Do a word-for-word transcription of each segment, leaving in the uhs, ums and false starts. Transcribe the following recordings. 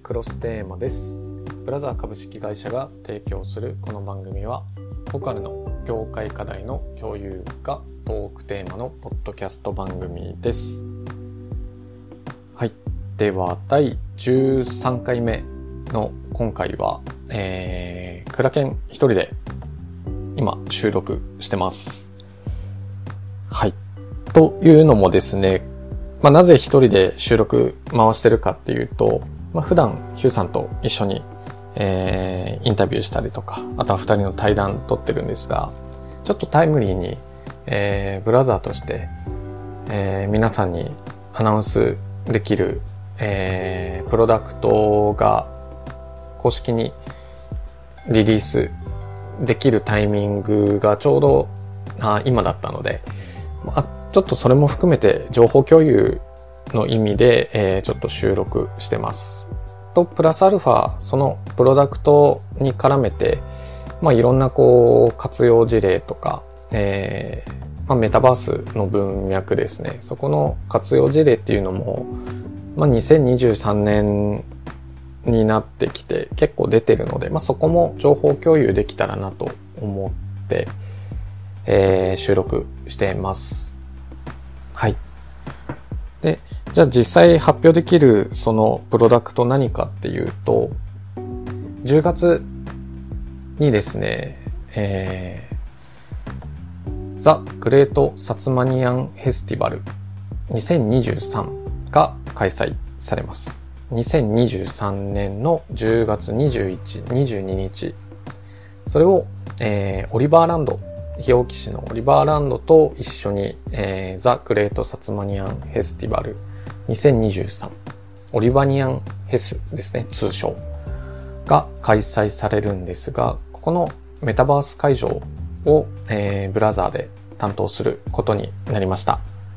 クロステーマです。ブラザー株式会社が提供するこの番組は、ボカルの業界課題の共有がトークテーマのポッドキャスト番組です。はい。では、だいじゅうさんかいめの今回は、えー、クラケン一人で今収録してます。はい。というのもですね、まあ、なぜ一人で収録回してるかっていうと、まあ、普段ヒューさんと一緒に、えー、インタビューしたりとか、あとは二人の対談撮ってるんですが、ちょっとタイムリーに、えー、ブラザーとして、えー、皆さんにアナウンスできる、えー、プロダクトが公式にリリースできるタイミングがちょうどあ今だったので、まあちょっとそれも含めて情報共有の意味で、えー、ちょっと収録してます。と、プラスアルファ、そのプロダクトに絡めて、まあいろんなこう活用事例とか、えーまあ、メタバースの文脈ですね。そこの活用事例っていうのも、まあにせんにじゅうさんねんになってきて結構出てるので、まあそこも情報共有できたらなと思って、えー、収録してます。はい。で、じゃあ実際発表できるそのプロダクト何かっていうと、じゅうがつにですね、えー、ザ・グレート・サツマニアン・フェスティバルにせんにじゅうさんが開催されます。にせんにじゅうさんねんのじゅうがつにじゅういち、にじゅうににち。それを、えー、オリバーランド、日置市のオリバーランドと一緒に、えー、ザ・グレート・サツマニアン・フェスティバルにせんにじゅうさん、オリバニアン・フェスですね、通称が開催されるんですが、ここのメタバース会場を、えー、ブラザーで担当することになりました。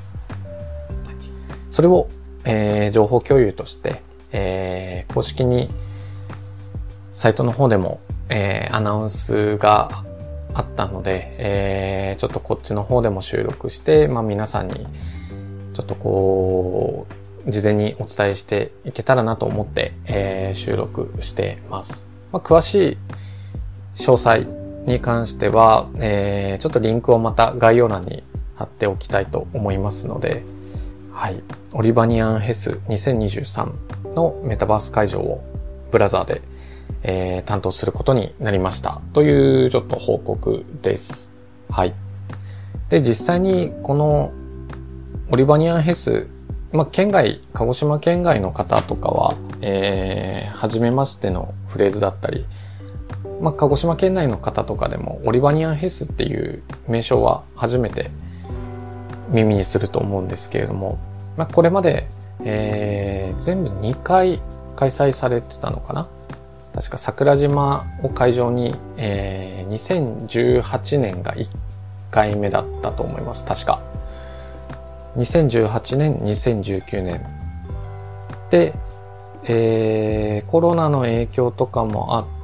それを、えー、情報共有として、えー、公式にサイトの方でも、えー、アナウンスがあったので、えー、ちょっとこっちの方でも収録して、まあ皆さんにちょっとこう事前にお伝えしていけたらなと思って、えー、収録してます。まあ、詳しい詳細に関しては、えー、ちょっとリンクをまた概要欄に貼っておきたいと思いますので、はい、オリバニアンフェスにせんにじゅうさんのメタバース会場をブラザーでえー、担当することになりましたというちょっと報告です。はい。で、実際にこのオリバニアンフェス、まあ、県外、鹿児島県外の方とかは、えー、初めましてのフレーズだったり、まあ、鹿児島県内の方とかでもオリバニアンフェスっていう名称は初めて耳にすると思うんですけれども、まあ、これまで、えー、全部にかい開催されてたのかな。確か桜島を会場に、えー、にせんじゅうはちねんがいっかいめだったと思います。確か。にせんじゅうはちねん、にせんじゅうきゅうねん。で、えー、コロナの影響とかもあって、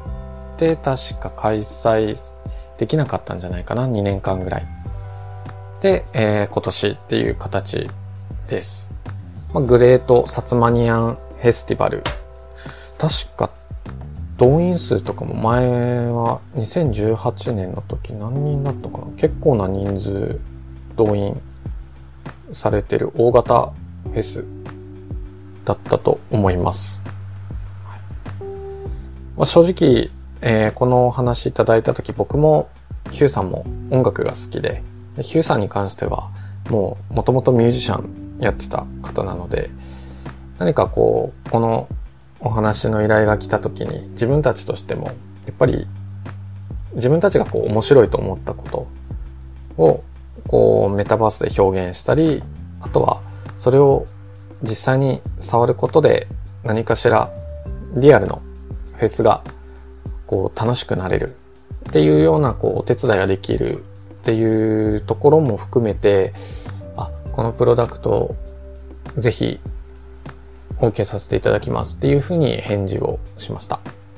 確か開催できなかったんじゃないかな。にねんかんぐらい。で、えー、今年っていう形です。まあ、グレート・サツマニアン・フェスティバル。確か動員数とかも前はにせんじゅうはちねんの時何人だったかな、結構な人数動員されてる大型フェスだったと思います。はい、まあ、正直、えー、このお話いただいた時僕もヒューさんも音楽が好きで、ヒューさんに関してはもう元々ミュージシャンやってた方なので、何かこうこのお話の依頼が来た時に自分たちとしてもやっぱり自分たちがこう面白いと思ったことをこうメタバースで表現したり、あとはそれを実際に触ることで何かしらリアルのフェスがこう楽しくなれるっていうようなこうお手伝いができるっていうところも含めて、あ、このプロダクトぜひお受けさせていただきますっていうふうに返事をしました。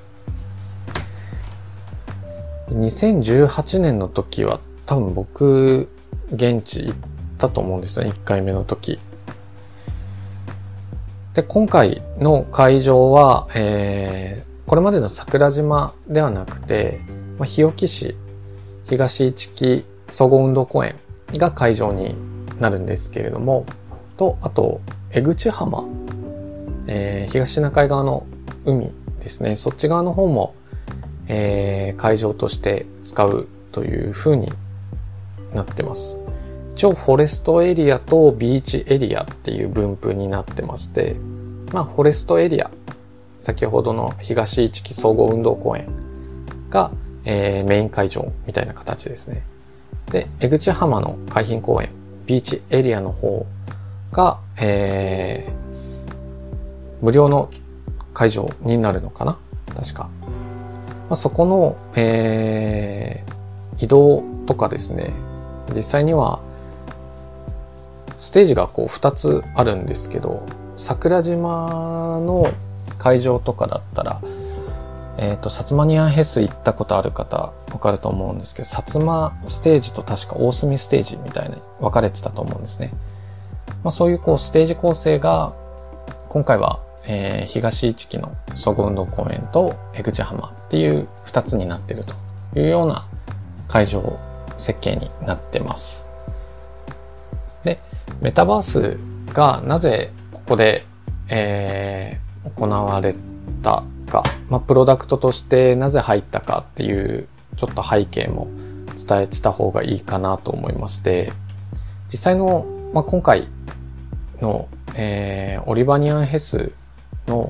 にせんじゅうはちねんの時は多分僕現地行ったと思うんですよね。いっかいめの時。 で、今回の会場は、えー、これまでの桜島ではなくて、まあ、日置市東市木総合運動公園が会場になるんですけれども、と、あと、江口浜、えー、東シナ海側の海ですね。そっち側の方も、えー、会場として使うという風になってます。一応フォレストエリアとビーチエリアっていう分布になってまして、まあフォレストエリア、先ほどの東市木総合運動公園が、えー、メイン会場みたいな形ですね。で、江口浜の海浜公園、ビーチエリアの方が、えー、無料の会場になるのかな？確か。まあ、そこの、えー、移動とかですね、実際にはステージがこうふたつあるんですけど、桜島の会場とかだったら、えっと、薩摩ニアンヘス行ったことある方わかると思うんですけど、薩摩ステージと確か大隅ステージみたいに分かれてたと思うんですね。まあ、そういうこうステージ構成が今回は、えー、東市木の総合運動公園と江口浜っていうふたつになっているというような会場設計になってます。で、メタバースがなぜここで、えー、行われたか、まあ、プロダクトとしてなぜ入ったかっていうちょっと背景も伝えてた方がいいかなと思いまして、実際の、まあ、今回の、えー、オリバニアンヘスの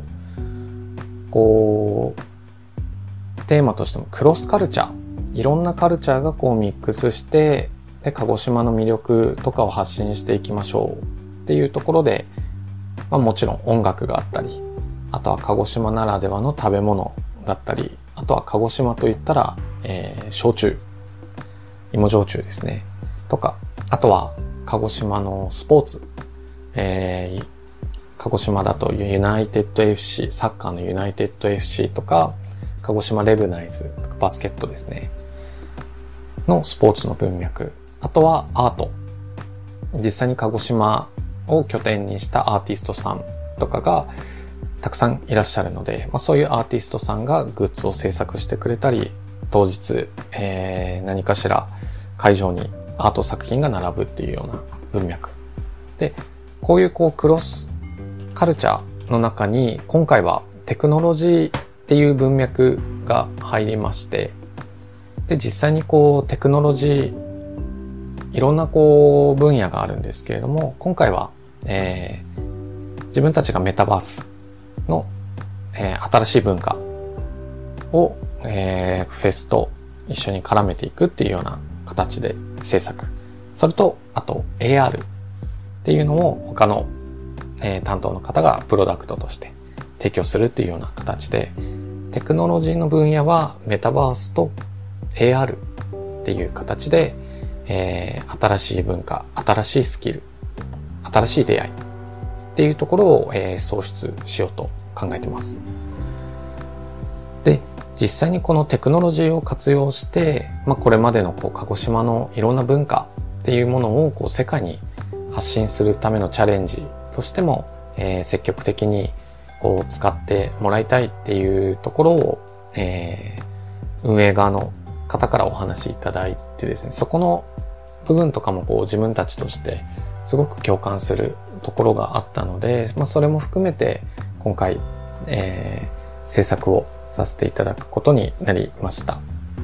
こうテーマとしてもクロスカルチャー、いろんなカルチャーがこうミックスしてで鹿児島の魅力とかを発信していきましょうっていうところで、まあ、もちろん音楽があったり、あとは鹿児島ならではの食べ物だったり、あとは鹿児島といったら、えー、焼酎、芋焼酎ですねとか、あとは鹿児島のスポーツ、えー、鹿児島だとユナイテッド エフシー、サッカーのユナイテッド エフシー とか、鹿児島レブナイズとかバスケットですねのスポーツの文脈、あとはアート、実際に鹿児島を拠点にしたアーティストさんとかがたくさんいらっしゃるので、まあ、そういうアーティストさんがグッズを制作してくれたり、当日、えー、何かしら会場にアート作品が並ぶっていうような文脈で、こういうこうクロスカルチャーの中に今回はテクノロジーっていう文脈が入りまして、で実際にこうテクノロジーいろんなこう分野があるんですけれども、今回は、えー、自分たちがメタバースの、えー、新しい文化を、えー、フェスと一緒に絡めていくっていうような形で制作。それと、あと エーアール っていうのを他の、えー、担当の方がプロダクトとして提供するっていうような形で、テクノロジーの分野はメタバースと エーアール っていう形で、えー、新しい文化、新しいスキル、新しい出会いっていうところを、えー、創出しようと考えてます。で、実際にこのテクノロジーを活用して、まあ、これまでのこう鹿児島のいろんな文化っていうものをこう世界に発信するためのチャレンジとしても、えー、積極的にこう使ってもらいたいっていうところを、えー、運営側の方からお話しいただいてですね、そこの部分とかもこう自分たちとしてすごく共感するところがあったので、まあ、それも含めて今回、えー、制作をさせていただくことになりました。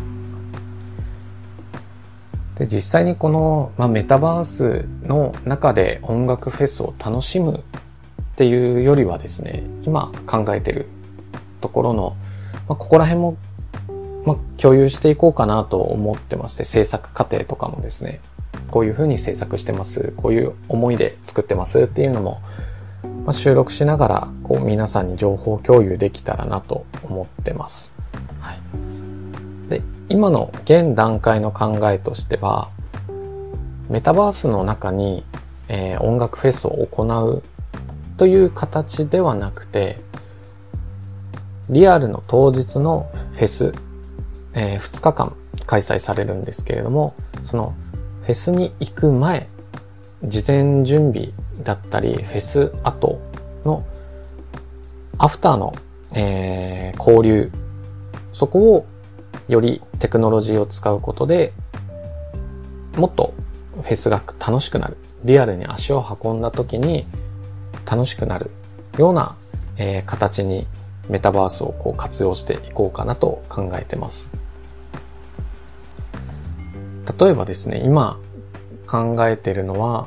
で、実際にこの、まあ、メタバースの中で音楽フェスを楽しむっていうよりはですね、今考えてるところの、まあ、ここら辺もまあ、共有していこうかなと思ってまして、制作過程とかもですね、こういう風に制作してます、こういう思いで作ってますっていうのも、まあ、収録しながらこう皆さんに情報共有できたらなと思ってます。はい、で、今の現段階の考えとしては、メタバースの中に、えー、音楽フェスを行うという形ではなくて、リアルの当日のフェス、えー、ふつかかん開催されるんですけれども、そのフェスに行く前、事前準備だったりフェス後のアフターの、えー、交流、そこをよりテクノロジーを使うことでもっとフェスが楽しくなる、リアルに足を運んだ時に楽しくなるような、えー、形にメタバースをこう活用していこうかなと考えてます。例えばですね、今考えているのは、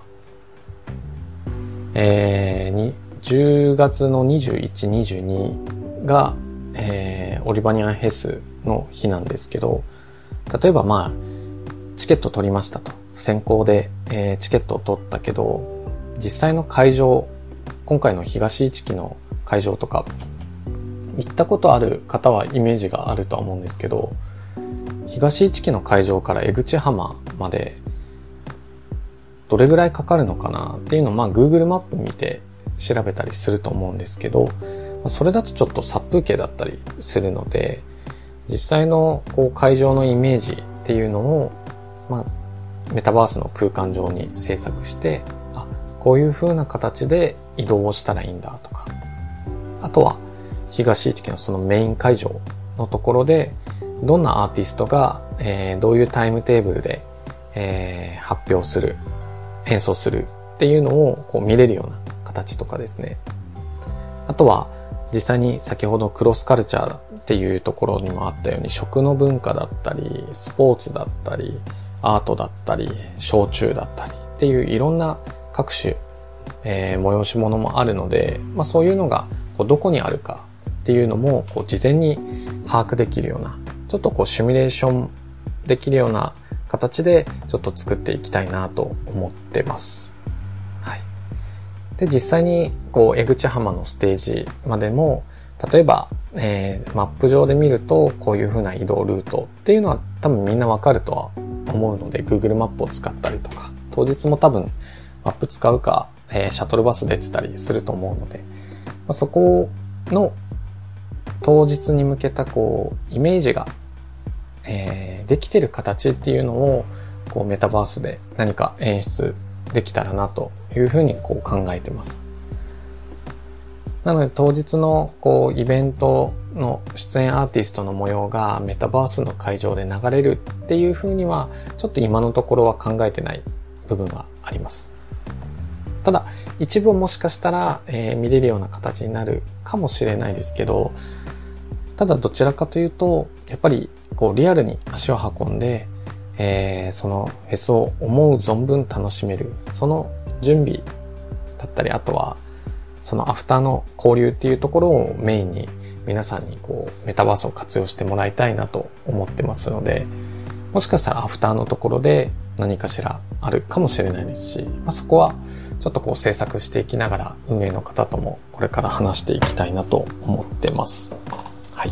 えー、にじゅうがつのにじゅういち、にじゅうにが、えー、オリバニアンヘスの日なんですけど、例えばまあチケット取りましたと、先行で、えー、チケットを取ったけど、実際の会場、今回の東市期の会場とか行ったことある方はイメージがあるとは思うんですけど、東市期の会場から江口浜までどれぐらいかかるのかなっていうのを、まあ Google マップ見て調べたりすると思うんですけど、それだとちょっと殺風景だったりするので、実際のこう会場のイメージっていうのを、まあ、メタバースの空間上に制作して、あ、こういう風な形で移動をしたらいいんだとか、あとは東市期のそのメイン会場のところでどんなアーティストが、えー、どういうタイムテーブルで、えー、発表する、演奏するっていうのをこう見れるような形とかですね。あとは実際に先ほどクロスカルチャーっていうところにもあったように、食の文化だったりスポーツだったりアートだったり焼酎だったりっていういろんな各種、えー、催し物もあるので、まあ、そういうのがこうどこにあるかっていうのもこう事前に把握できるような、ちょっとこうシミュレーションできるような形でちょっと作っていきたいなと思ってます。はい。で、実際にこう江口浜のステージまでも、例えば、えー、マップ上で見るとこういう風な移動ルートっていうのは多分みんなわかるとは思うので、 Google マップを使ったりとか、当日も多分マップ使うか、えー、シャトルバス出てたりすると思うので、まあ、そこの当日に向けたこうイメージが、えー、できてる形っていうのをこうメタバースで何か演出できたらなというふうにこう考えてます。なので当日のこうイベントの出演アーティストの模様がメタバースの会場で流れるっていうふうにはちょっと今のところは考えてない部分はあります。ただ一部もしかしたら、えー、見れるような形になるかもしれないですけど、ただどちらかというとやっぱりこうリアルに足を運んで、えー、そのフェスを思う存分楽しめる、その準備だったり、あとはそのアフターの交流っていうところをメインに皆さんにこうメタバースを活用してもらいたいなと思ってますので、もしかしたらアフターのところで何かしらあるかもしれないですし、まあ、そこはちょっとこう制作していきながら運営の方ともこれから話していきたいなと思ってます。はい。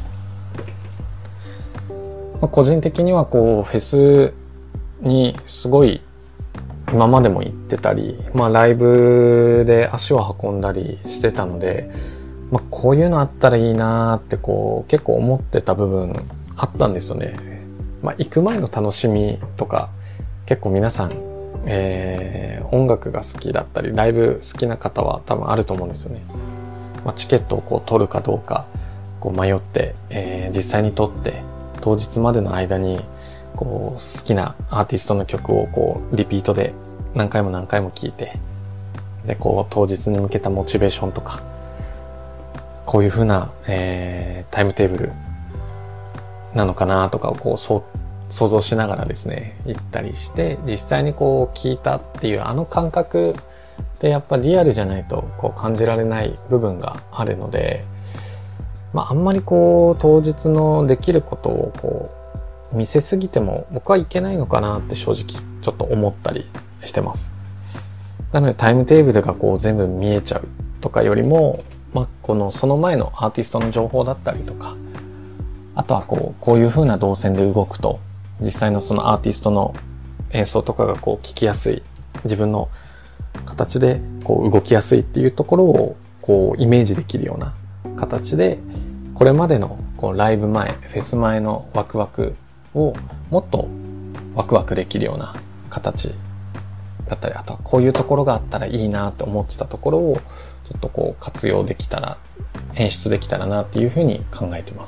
まあ、個人的にはこうフェスにすごい今までも行ってたり、まあライブで足を運んだりしてたので、まあこういうのあったらいいなーってこう結構思ってた部分あったんですよね。まあ行く前の楽しみとか結構皆さん、えー、音楽が好きだったりライブ好きな方は多分あると思うんですよね。まあ、チケットをこう取るかどうかこう迷って、えー、実際に取って当日までの間にこう好きなアーティストの曲をこうリピートで何回も何回も聴いて、でこう当日に向けたモチベーションとかこういう風な、えー、タイムテーブルなのかなとかをこうそう想像しながらですね行ったりして、実際にこう聴いたっていうあの感覚でやっぱリアルじゃないとこう感じられない部分があるので、まああんまりこう当日のできることをこう見せすぎても僕はいけないのかなって正直ちょっと思ったりしてます。なのでタイムテーブルがこう全部見えちゃうとかよりも、まあこのその前のアーティストの情報だったりとか、あとはこうこういう風な動線で動くと実際のそのアーティストの演奏とかがこう聞きやすい、自分の形でこう動きやすいっていうところをこうイメージできるような形で、これまでのこうライブ前、フェス前のワクワクをもっとワクワクできるような形だったり、あとはこういうところがあったらいいなって思ってたところをちょっとこう活用できたら、演出できたらなっていうふうに考えてます。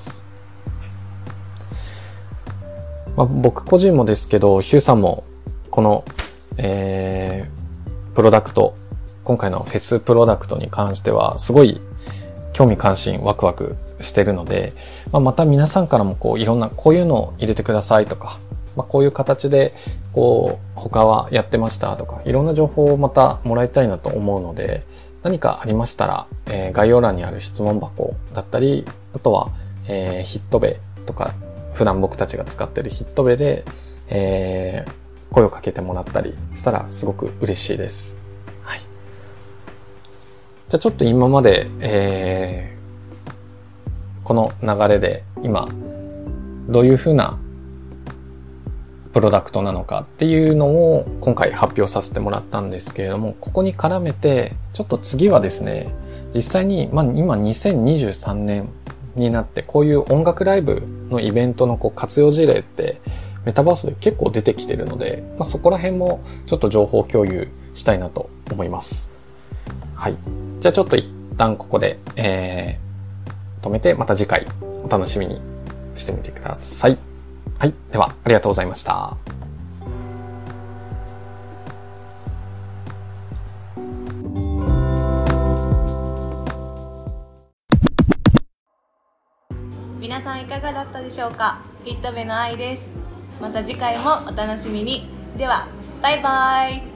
まあ、僕個人もですけど、ヒューさんもこの、えー、プロダクト、今回のフェスプロダクトに関してはすごい興味関心ワクワクしてるので、まあ、また皆さんからもこういろんなこういうのを入れてくださいとか、まあ、こういう形でこう他はやってましたとか、いろんな情報をまたもらいたいなと思うので、何かありましたら、えー、概要欄にある質問箱だったり、あとは、えー、ヒットベとか普段僕たちが使ってるヒットベで、えー、声をかけてもらったりしたらすごく嬉しいです。はい。じゃあちょっと今まで、えー、この流れで今どういうふうなプロダクトなのかっていうのを今回発表させてもらったんですけれども、ここに絡めてちょっと次はですね、実際に、まあ、今にせんにじゅうさんねんになってこういう音楽ライブのイベントのこう活用事例ってメタバースで結構出てきてるので、まあ、そこら辺もちょっと情報共有したいなと思います。はい。じゃあちょっと一旦ここで、えー、止めてまた次回お楽しみにしてみてください。はい。では、ありがとうございました。 皆さんいかがだったでしょうか。フィットベの愛です。また次回もお楽しみに。では、バイバイ。